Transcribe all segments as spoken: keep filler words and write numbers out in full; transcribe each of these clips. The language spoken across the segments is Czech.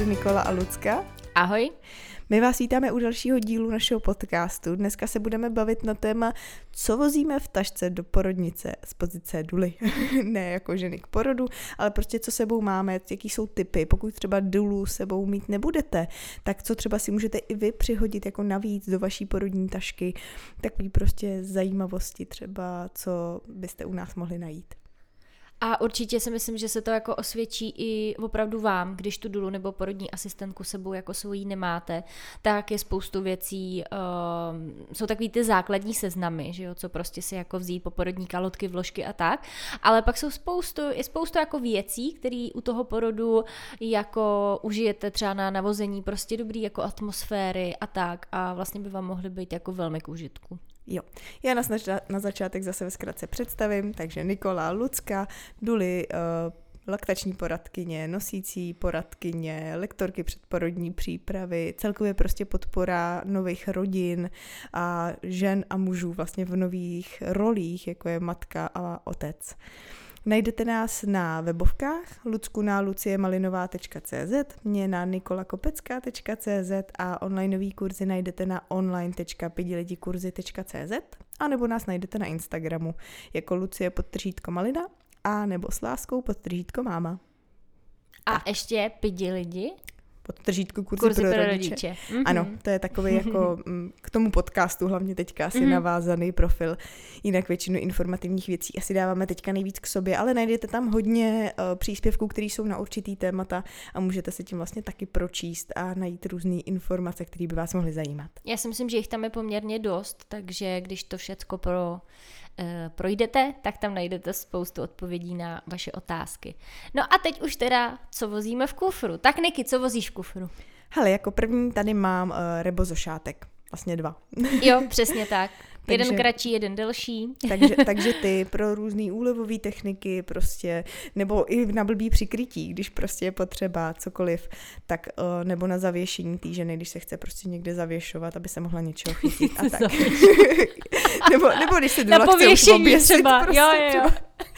Nikola a Lucka. Ahoj. My vás vítáme u dalšího dílu našeho podcastu. Dneska se budeme bavit na téma, co vozíme v tašce do porodnice z pozice duly. Ne jako ženy k porodu, ale prostě co sebou máme, jaký jsou typy. Pokud třeba dulu sebou mít nebudete, tak co třeba si můžete i vy přihodit jako navíc do vaší porodní tašky. Takový prostě zajímavosti třeba, co byste u nás mohli najít. A určitě si myslím, že se to jako osvědčí i opravdu vám, když tu dulu nebo porodní asistentku sebou jako svojí nemáte, tak je spoustu věcí, uh, jsou takový ty základní seznamy, že jo, co prostě si jako vzít po porodní kalotky, vložky a tak, ale pak jsou spoustu, je spoustu jako věcí, které u toho porodu jako užijete třeba na navození prostě dobrý jako atmosféry a tak a vlastně by vám mohly být jako velmi k užitku. Jo, já nás na, na začátek zase ve zkratce představím, takže Nikola, Lucka, duly, uh, laktační poradkyně, nosící poradkyně, lektorky předporodní přípravy, celkově prostě podpora nových rodin a žen a mužů vlastně v nových rolích, jako je matka a otec. Najdete nás na webovkách lucku na luciemalinová tečka cé zet, mě na nikolakopecká tečka cé zet a onlineový kurzy najdete na online tečka pidilidikurzy tečka cé zet a nebo nás najdete na Instagramu jako Lucie podtržítko malina a nebo s láskou podtržítko máma. A tak. Ještě pidi lidi? Podtržítko kurzy, kurzy pro, pro rodiče. rodiče. Mm-hmm. Ano, to je takový jako k tomu podcastu hlavně teďka asi mm-hmm. navázaný profil. Jinak většinu informativních věcí asi dáváme teďka nejvíc k sobě, ale najdete tam hodně uh, příspěvků, které jsou na určitý témata a můžete se tím vlastně taky pročíst a najít různé informace, které by vás mohly zajímat. Já si myslím, že jich tam je poměrně dost, takže když to všecko pro projdete, tak tam najdete spoustu odpovědí na vaše otázky. No a teď už teda, co vozíme v kufru. Tak Niky, co vozíš v kufru? Hele, jako první tady mám uh, rebozošátek. Vlastně dva. Jo, přesně tak. Takže, jeden kratší, jeden delší. takže, takže ty pro různý úlevové techniky prostě, nebo i na blbý přikrytí, když prostě je potřeba cokoliv, tak uh, nebo na zavěšení té ženy, když se chce prostě někde zavěšovat, aby se mohla něčeho chytit a tak. nebo, nebo když se dula chce už oběsit. Třeba. Prostě, jo, jo, jo.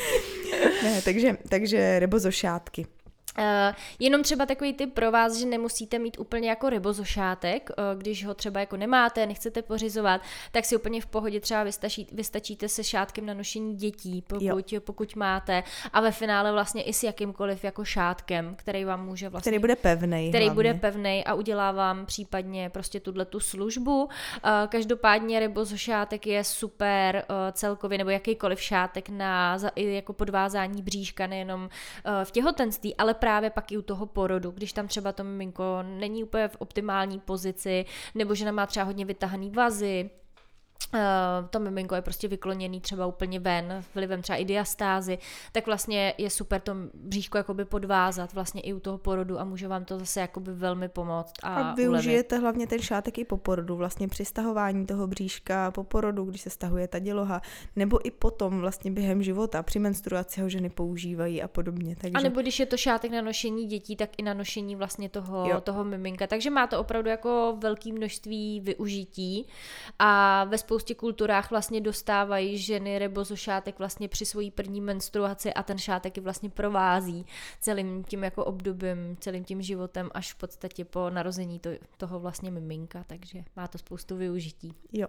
Ne, takže, takže rebozošátky. Uh, jenom třeba takový tip pro vás, že nemusíte mít úplně jako rebozošátek, uh, když ho třeba jako nemáte, nechcete pořizovat, tak si úplně v pohodě třeba vystačí, vystačíte se šátkem na nošení dětí, pokud, pokud máte a ve finále vlastně i s jakýmkoliv jako šátkem, který vám může vlastně... Který bude pevnej. Který hlavně. bude pevnej a udělá vám případně prostě tuto službu. Uh, každopádně rebozošátek je super uh, celkově, nebo jakýkoliv šátek na za, jako podvázání bříška, nejenom uh, v těhotenství, ale právě pak i u toho porodu, když tam třeba to miminko není úplně v optimální pozici, nebo žena má třeba hodně vytahaný vazy, Uh, to miminko je prostě vykloněný třeba úplně ven, vlivem třeba i diastázy, tak vlastně je super to bříško jakoby podvázat vlastně i u toho porodu a může vám to zase jakoby velmi pomoct a, a využijete ulevit. Hlavně ten šátek i po porodu, vlastně při stahování toho bříška po porodu, když se stahuje ta děloha, nebo i potom vlastně během života, při menstruaci ho ženy používají a podobně. Takže... A nebo když je to šátek na nošení dětí, tak i na nošení vlastně toho, toho miminka, takže má to opravdu jako velké množství využití a ve spoustě kulturách vlastně dostávají ženy rebozošátek vlastně při svojí první menstruaci a ten šátek je vlastně provází celým tím jako obdobím, celým tím životem až v podstatě po narození to, toho vlastně miminka, takže má to spoustu využití. Jo.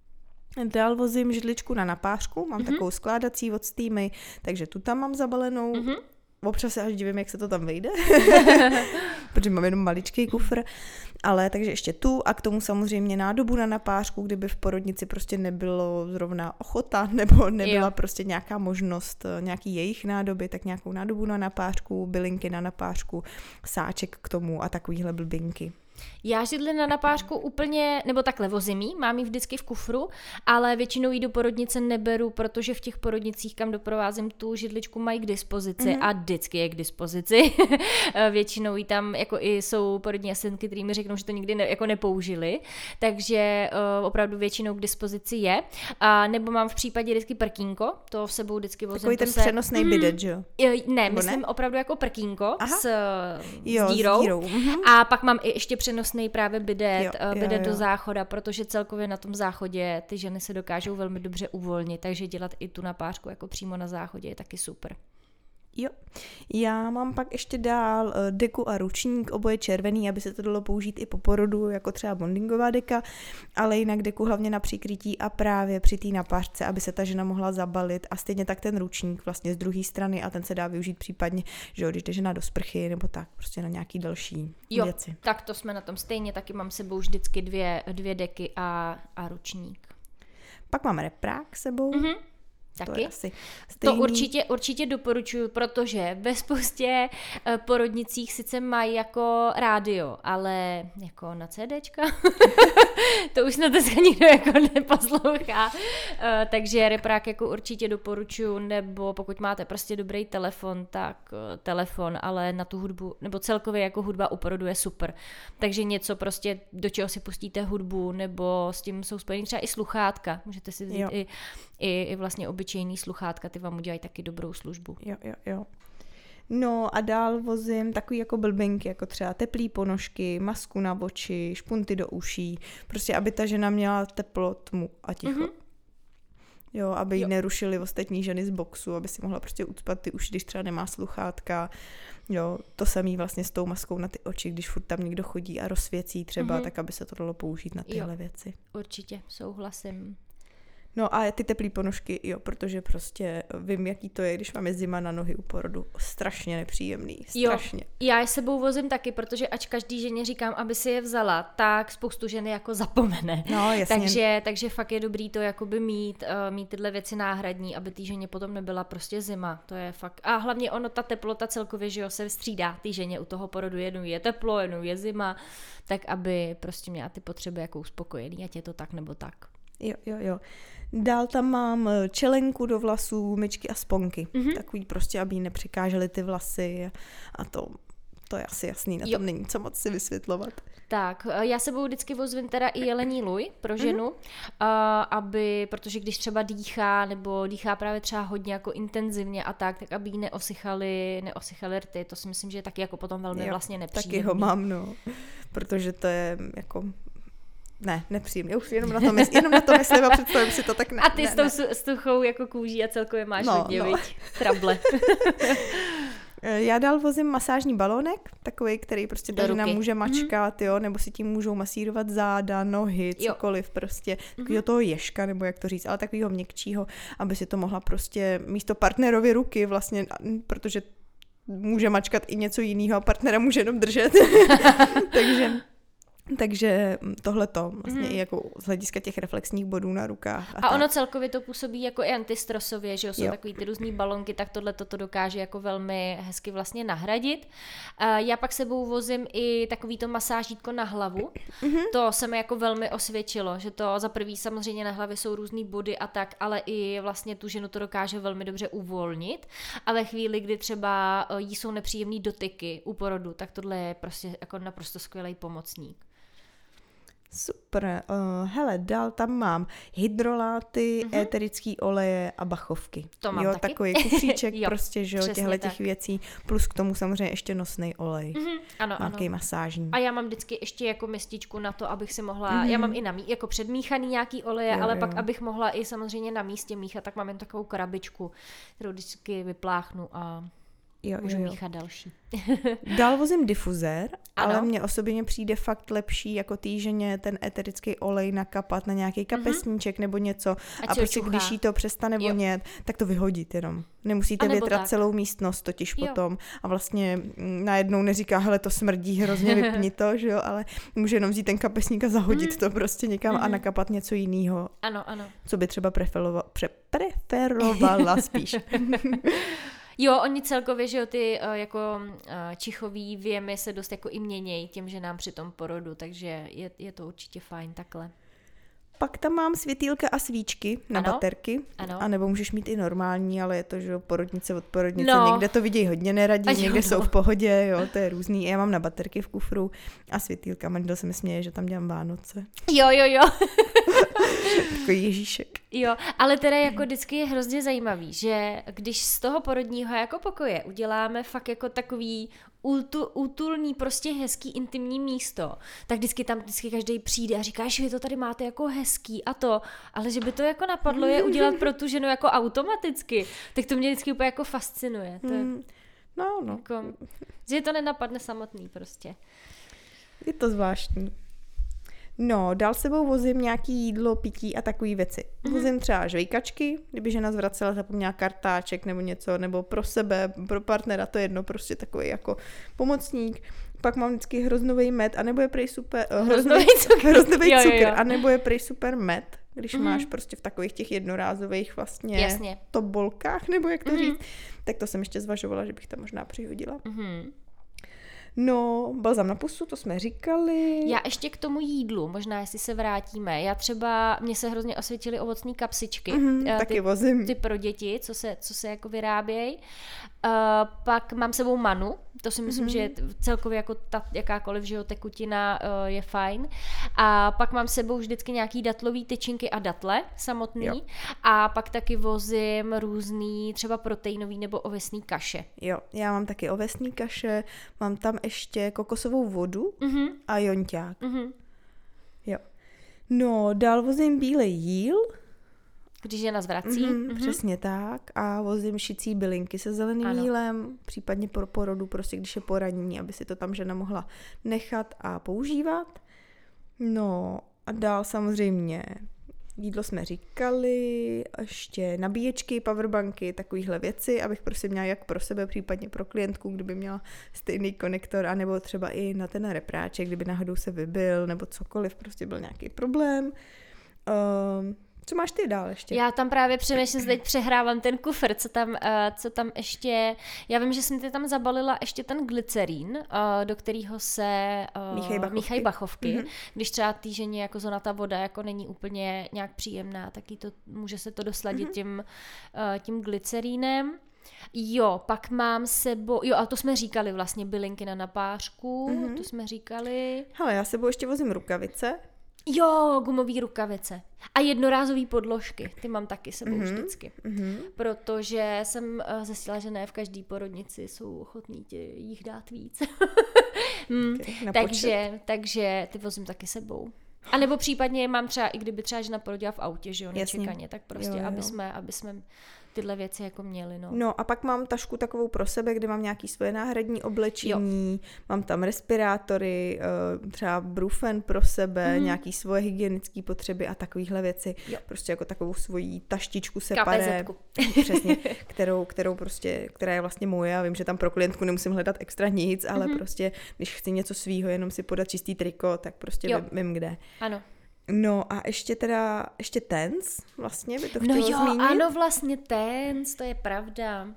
Dál vozím židličku na napářku, mám mm-hmm. takovou skládací od Steamy, takže tu tam mám zabalenou. Mm-hmm. Občas se až divím, jak se to tam vejde, protože mám jenom maličký kufr, ale takže ještě tu a k tomu samozřejmě nádobu na napářku, kdyby v porodnici prostě nebylo zrovna ochota nebo nebyla jo. prostě nějaká možnost nějaký jejich nádoby, tak nějakou nádobu na napářku, bylinky na napářku, sáček k tomu a takovýhle blbinky. Já židli na napářku úplně, nebo takhle vozím jí, mám ji vždycky v kufru, ale většinou ji do porodnice neberu, protože v těch porodnicích, kam doprovázím, tu židličku mají k dispozici mm-hmm. a vždycky je k dispozici. Většinou jí tam, jako i jsou porodní asistentky, který mi řeknou, že to nikdy ne, jako nepoužili, takže uh, opravdu většinou k dispozici je. A nebo mám v případě vždycky prkínko, to v sebou vždycky vozím. Takový ten se... přenosný mm, bidet, že jo? Ne, nebo myslím ne? opravdu jako prkínko s, jo, s dírou. S dírou. Mm-hmm. A pak mám i ještě přenosný právě bidet, jo, jo, bidet jo. do záchoda, protože celkově na tom záchodě ty ženy se dokážou velmi dobře uvolnit, takže dělat i tu napářku jako přímo na záchodě je taky super. Jo. Já mám pak ještě dál deku a ručník, oboje červený, aby se to dalo použít i po porodu, jako třeba bondingová deka, ale jinak deku hlavně na přikrytí a právě při té napářce, aby se ta žena mohla zabalit a stejně tak ten ručník vlastně z druhé strany a ten se dá využít případně, že jo, když jde žena do sprchy nebo tak, prostě na nějaký další jo, věci. Tak to jsme na tom stejně, taky mám s sebou vždycky dvě, dvě deky a, a ručník. Pak mám reprák s sebou. Mm-hmm. To Taky. je asi To určitě, určitě doporučuji, protože ve spoustě porodnicích sice mají jako rádio, ale jako na CDčka, to už snad dneska nikdo jako neposlouchá. Takže reprák jako určitě doporučuji, nebo pokud máte prostě dobrý telefon, tak telefon, ale na tu hudbu, nebo celkově jako hudba u porodu je super. Takže něco prostě, do čeho si pustíte hudbu, nebo s tím jsou spojení třeba i sluchátka. Můžete si vzít i, i, i vlastně obyčejný sluchátka, ty vám udělají taky dobrou službu. Jo, jo, jo. No a dál vozím takový jako blbinky, jako třeba teplý ponožky, masku na oči, špunty do uší, prostě aby ta žena měla teplo, tmu a ticho. Mm-hmm. Jo, aby jí jo. nerušily ostatní ženy z boxu, aby si mohla prostě ucpat ty uši, když třeba nemá sluchátka. Jo, to samý vlastně s tou maskou na ty oči, když furt tam někdo chodí a rozsvěcí třeba, mm-hmm. tak aby se to dalo použít na tyhle jo. věci. Určitě, souhlasím. No a ty teplý ponožky, jo, protože prostě vím, jaký to je, když máme zima na nohy u porodu. Strašně nepříjemný, strašně. Jo, já je sebou vozím taky, protože ač každý ženě říkám, aby si je vzala, tak spoustu ženy jako zapomene. No, jasně. Takže, takže fakt je dobrý to jakoby mít, uh, mít tyhle věci náhradní, aby té ženě potom nebyla prostě zima. To je fakt. A hlavně ono, ta teplota celkově, že jo, se střídá té ženě u toho porodu. Jednou je teplo, jednou je zima, tak aby prostě měla ty potřeby jako uspokojený, ať je to tak nebo tak. Jo, jo, jo. Dál tam mám čelenku do vlasů, myčky a sponky. Mm-hmm. Takový prostě, aby jí nepřekážely ty vlasy a to, to je asi jasný, na tom jo. není co moc si vysvětlovat. Tak, já sebou vždycky vozvím teda i jelení luj pro ženu, mm-hmm. aby, protože když třeba dýchá, nebo dýchá právě třeba hodně jako intenzivně a tak, tak aby jí neosychaly, neosychaly rty, to si myslím, že je taky jako potom velmi jo, vlastně nepříjemný. Taky ho mám, no, protože to je jako... Ne, nepříjemně, už jenom na to, mysl, jenom na to myslím a představím si to tak ne. A ty ne, s tou ne. stuchou jako kůží a celkově máš no, hodně, no. viď? Trable. Já dál vozím masážní balónek, takový, který prostě ta žena může mačkat, mm-hmm. jo, nebo si tím můžou masírovat záda, nohy, cokoliv jo. prostě, takovýho mm-hmm. toho ježka, nebo jak to říct, ale takovýho měkčího, aby si to mohla prostě místo partnerovy ruky vlastně, protože může mačkat i něco jiného a partnera může jenom držet. Takže... Takže tohleto vlastně mm. i jako z hlediska těch reflexních bodů na rukách. A, a ono tak. celkově to působí jako i antistresově, že jo, jsou jo. takový ty různý balonky, tak tohle to dokáže jako velmi hezky vlastně nahradit. Uh, já pak sebou vozím i takový to masážítko na hlavu. Mm-hmm. To se mi jako velmi osvědčilo, že to za prvý samozřejmě na hlavě jsou různý body a tak, ale i vlastně tu ženu to dokáže velmi dobře uvolnit. A ve chvíli, kdy třeba jí jsou nepříjemný dotyky u porodu, tak tohle je prostě jako naprosto skvělý pomocník. Super. Uh, hele, dál tam mám hydroláty, uh-huh. éterický oleje a bachovky. To mám jo, taky. Takový kufříček jo, prostě, že jo, těchto těch tak. věcí. Plus k tomu samozřejmě ještě nosnej olej. Uh-huh. Ano, nějaký ano. masážní. A já mám vždycky ještě jako mističku na to, abych si mohla, uh-huh. já mám i na mí, jako předmíchaný nějaký oleje, jo, ale jo. pak abych mohla i samozřejmě na místě míchat, tak mám jen takovou krabičku, kterou vždycky vypláchnu a jo, můžu jo, jo. míchat další. Dál vozím difuzér, ano. ale mně osobně přijde fakt lepší jako té ženě ten eterický olej nakapat na nějaký kapesníček mm-hmm. nebo něco Ať a prostě když jí to přestane vonět, tak to vyhodit jenom. Nemusíte větrat tak. celou místnost totiž jo. potom a vlastně najednou neříká, hele, to smrdí hrozně, vypni to, že jo, ale může jenom vzít ten kapesník a zahodit mm. to prostě někam mm-hmm. a nakapat něco jiného. Ano, ano. Co by třeba preferovala, pre, preferovala spíš. Jo, oni celkově, že jo, ty uh, jako uh, čichový věmy se dost jako i měnějí tím, že nám při tom porodu, takže je, je to určitě fajn takhle. Pak tam mám světýlka a svíčky na ano, baterky, ano. a nebo můžeš mít i normální, ale je to, že porodnice od porodnice, no. někde to vidějí hodně neradí, Ať někde jo, jsou no. v pohodě, jo, to je různý. Já mám na baterky v kufru a světýlka, manžel se mi směje, že tam dělám Vánoce. Jo, jo, jo. Takový Ježíšek. Jo, ale teda jako vždycky je hrozně zajímavý, že když z toho porodního jako pokoje uděláme fakt jako takový útu, útulný, prostě hezký, intimní místo, tak vždycky tam vždycky každý přijde a říká, že vy to tady máte jako hezký a to, ale že by to jako napadlo je udělat pro tu ženu jako automaticky, tak to mě vždycky úplně jako fascinuje. To je, no, no. Jako, že to nenapadne samotný prostě. Je to zvláštní. No, dál sebou vozím nějaký jídlo, pití a takové věci. Mm-hmm. Vozím třeba žvejkačky, kdyby žena zvracela, zapomněla kartáček nebo něco, nebo pro sebe, pro partnera, to je jedno, prostě takový jako pomocník. Pak mám vždycky hroznový med, anebo je prej super... Uh, hroznový cukr. Hroznový jo, cukr, jo, jo. anebo je prej super med, když mm-hmm. máš prostě v takových těch jednorázových vlastně Jasně. tobolkách, nebo jak to mm-hmm. říct. Tak to jsem ještě zvažovala, že bych tam možná přihodila. Mm-hmm. No, balzam na pusu, to jsme říkali. Já ještě k tomu jídlu, možná jestli se vrátíme. Já třeba, mně se hrozně osvědčily ovocné kapsičky. Mm-hmm, ty, taky vozím. Ty pro děti, co se, co se jako vyrábějí. Uh, pak mám sebou manu, to si myslím, mm-hmm. že celkově jako ta jakákoliv že jo, tekutina uh, je fajn. A pak mám sebou vždycky nějaký datlový tyčinky a datle samotný. Jo. A pak taky vozím různý třeba proteinový nebo ovesný kaše. Jo, já mám taky ovesný kaše, mám tam ještě kokosovou vodu mm-hmm. a jonťák. Mm-hmm. Jo. No, dál vozím bílej jíl. Když žena zvrací. Mm-hmm, mm-hmm. Přesně tak. A vozím šicí bylinky se zeleným ano. jílem, případně pro porodu, prostě když je poranění, aby si to tam žena mohla nechat a používat. No a dál samozřejmě jídlo jsme říkali, ještě nabíječky, powerbanky, takovýhle věci, abych prostě měla jak pro sebe, případně pro klientku, kdyby měla stejný konektor, anebo třeba i na ten repráček, kdyby náhodou se vybil, nebo cokoliv, prostě byl nějaký problém. Um, Co máš ty dál ještě? Já tam právě přemýšlím, teď přehrávám ten kufr, co tam, uh, co tam ještě, já vím, že jsem ty tam zabalila ještě ten glycerín, uh, do kterého se uh, míchají bachovky, míchaj bachovky. Mm-hmm. Když třeba té ženě jako zóna ta voda jako není úplně nějak příjemná, tak jí to, může se to dosladit mm-hmm. tím, uh, tím glycerínem. Jo, pak mám sebou, jo, ale to jsme říkali vlastně, bylinky na napářku, mm-hmm. to jsme říkali. Hele, já sebou ještě vozím rukavice. Jo, gumový rukavice. A jednorázový podložky, ty mám taky sebou mm-hmm. vždycky. Mm-hmm. Protože jsem uh, zjistila, že ne v každý porodnici jsou ochotní ti jich dát víc. mm, okay, takže, takže ty vozím taky sebou. A nebo případně mám třeba, i kdyby třeba žena porodila v autě, že jo, nečekaně, tak prostě, jo, jo. aby jsme, aby jsme tyhle věci jako měli, no. No a pak mám tašku takovou pro sebe, kde mám nějaký svoje náhradní oblečení, jo. mám tam respirátory, třeba brufen pro sebe, mm. nějaký svoje hygienické potřeby a takovýhle věci. Jo. Prostě jako takovou svoji taštičku separé. Přesně, kterou, kterou prostě, která je vlastně moje. Já vím, že tam pro klientku nemusím hledat extra nic, ale mm-hmm. prostě, když chci něco svýho, jenom si podat čistý triko, tak prostě vím, vím kde. Ano. No a ještě teda, ještě tens vlastně by to chtělo zmínit. No jo, zmínit. Ano, vlastně tens, to je pravda.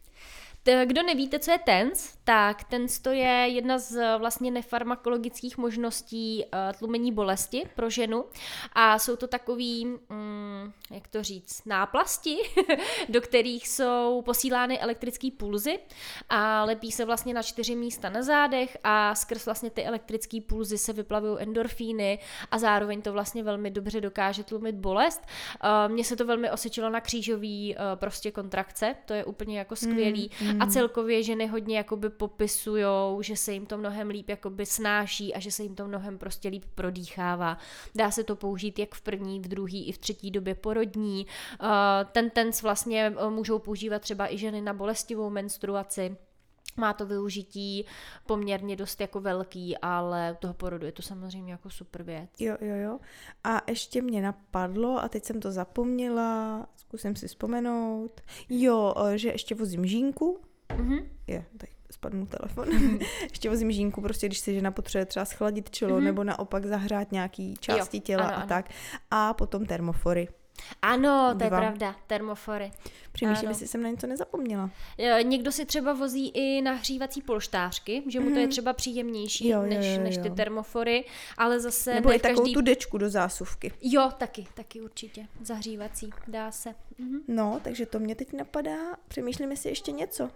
Kdo nevíte, co je tens, tak tens to je jedna z vlastně nefarmakologických možností uh, tlumení bolesti pro ženu a jsou to takový, um, jak to říct, náplasti, do kterých jsou posílány elektrické pulzy a lepí se vlastně na čtyři místa na zádech a skrz vlastně ty elektrické pulzy se vyplavují endorfíny a zároveň to vlastně velmi dobře dokáže tlumit bolest. Uh, mně se to velmi osvědčilo na křížový uh, prostě kontrakce, to je úplně jako skvělý. Mm, mm. A celkově ženy hodně jakoby popisujou, že se jim to mnohem líp jakoby snáší a že se jim to mnohem prostě líp prodýchává. Dá se to použít jak v první, v druhý i v třetí době porodní. Ten tens vlastně můžou používat třeba i ženy na bolestivou menstruaci. Má to využití poměrně dost jako velký, ale toho porodu je to samozřejmě jako super věc. Jo, jo, jo. A ještě mě napadlo, a teď jsem to zapomněla, zkusím si vzpomenout, jo, že ještě vozím žínku. Mm-hmm. Je, tady spadnul telefon. Mm-hmm. Ještě vozím žínku, prostě když si žena potřebuje třeba schladit čelo, mm-hmm. nebo naopak zahřát nějaký části jo, těla ano, a ano. tak. A potom termofory. Ano, to Dva. je pravda, termofory. Přemýšlím, jestli jsem na něco nezapomněla. Někdo si třeba vozí i nahřívací polštářky, že mu mm-hmm. to je třeba příjemnější jo, než, jo, jo, jo. než ty termofory, ale zase... Nebo ne i takovou každý... tu dečku do zásuvky. Jo, taky, taky určitě. Zahřívací, dá se. Mhm. No, takže to mě teď napadá. Přemýšlím, jestli ještě něco.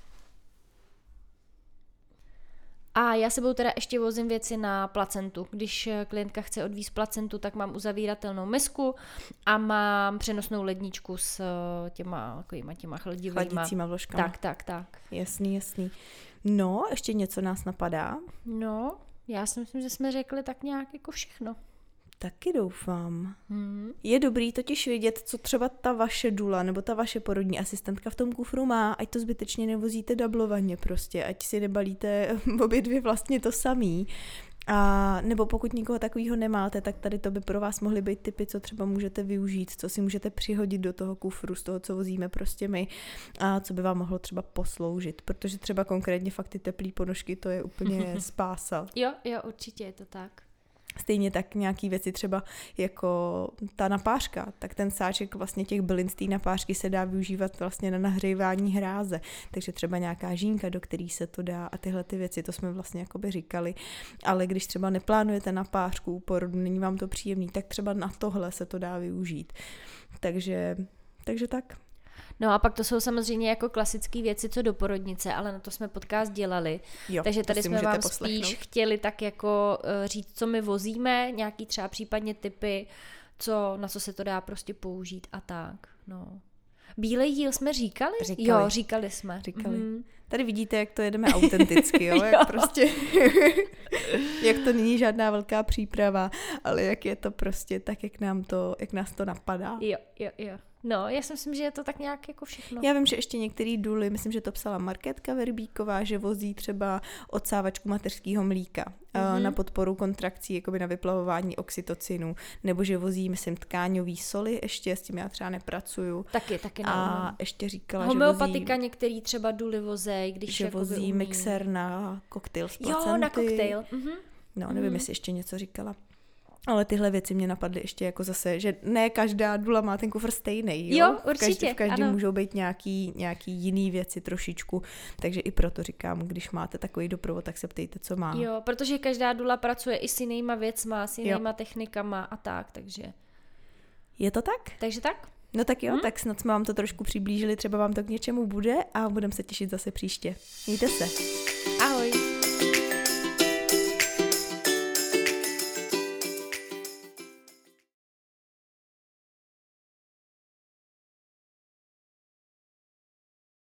A já sebou teda ještě vozím věci na placentu. Když klientka chce odvízt placentu, tak mám uzavíratelnou misku a mám přenosnou ledničku s těma, těma chladivýma. Chladícíma vložkama. Tak, tak, tak. Jasný, jasný. No, ještě něco nás napadá? No, já si myslím, že jsme řekli tak nějak jako všechno. Taky doufám. Hmm. Je dobrý totiž vědět, co třeba ta vaše dula nebo ta vaše porodní asistentka v tom kufru má, ať to zbytečně nevozíte dublovaně prostě, ať si nebalíte obě dvě vlastně to samý. A nebo pokud nikoho takového nemáte, tak tady to by pro vás mohly být tipy, co třeba můžete využít, co si můžete přihodit do toho kufru, z toho, co vozíme prostě my a co by vám mohlo třeba posloužit, protože třeba konkrétně fakt ty teplý ponožky, to je úplně spása. Jo, jo, určitě je to tak. Stejně tak nějaký věci třeba jako ta napářka, tak ten sáček vlastně těch bylin z té napářky se dá využívat vlastně na nahřívání hráze, takže třeba nějaká žínka, do který se to dá a tyhle ty věci, to jsme vlastně jakoby říkali, ale když třeba neplánujete napářku u porodu, není vám to příjemný, tak třeba na tohle se to dá využít. Takže, takže tak. No a pak to jsou samozřejmě jako klasické věci, co do porodnice, ale na to jsme podcast dělali. Jo, takže tady jsme vám poslechnout. Spíš chtěli tak jako uh, říct, co my vozíme, nějaký třeba případně tipy, co, na co se to dá prostě použít a tak. No. Bílej díl jsme říkali? Říkali. Jo, říkali jsme. Říkali. Mm. Tady vidíte, jak to jedeme autenticky, jo? Jak prostě, jak to není žádná velká příprava, ale jak je to prostě tak, jak nám to, jak nás to napadá. Jo, jo, jo. No, já si myslím, že je to tak nějak jako všechno. Já vím, že ještě některý duly, myslím, že to psala Markétka Verbíková, že vozí třeba odsávačku mateřského mlíka mm-hmm. na podporu kontrakcí, jakoby na vyplavování oxytocinu, nebo že vozí, myslím, tkáňový soli, ještě s tím já třeba nepracuju. Taky, taky A neumím. ještě říkala, homeopatika že vozí, některý třeba duly vozej, když že jakoby vozí umí. mixér na koktejl z placenty. Jo, na koktejl. Mhm. No, nevím, Mhm. jestli ještě něco říkala. Ale tyhle věci mě napadly ještě jako zase, že ne každá dula má ten kufr stejný. Jo, Jo, v každém, určitě, v každém ano. můžou být nějaký, nějaký jiný věci trošičku, takže i proto říkám, když máte takový doprovod, tak se ptejte, co má. Jo, protože každá dula pracuje i s jinýma věcma, s jinýma jo. technikama a tak, takže... Je to tak? Takže tak? No tak jo, Hmm? tak snad jsme vám to trošku přiblížili, třeba vám to k něčemu bude a budeme se těšit zase příště. Mějte se.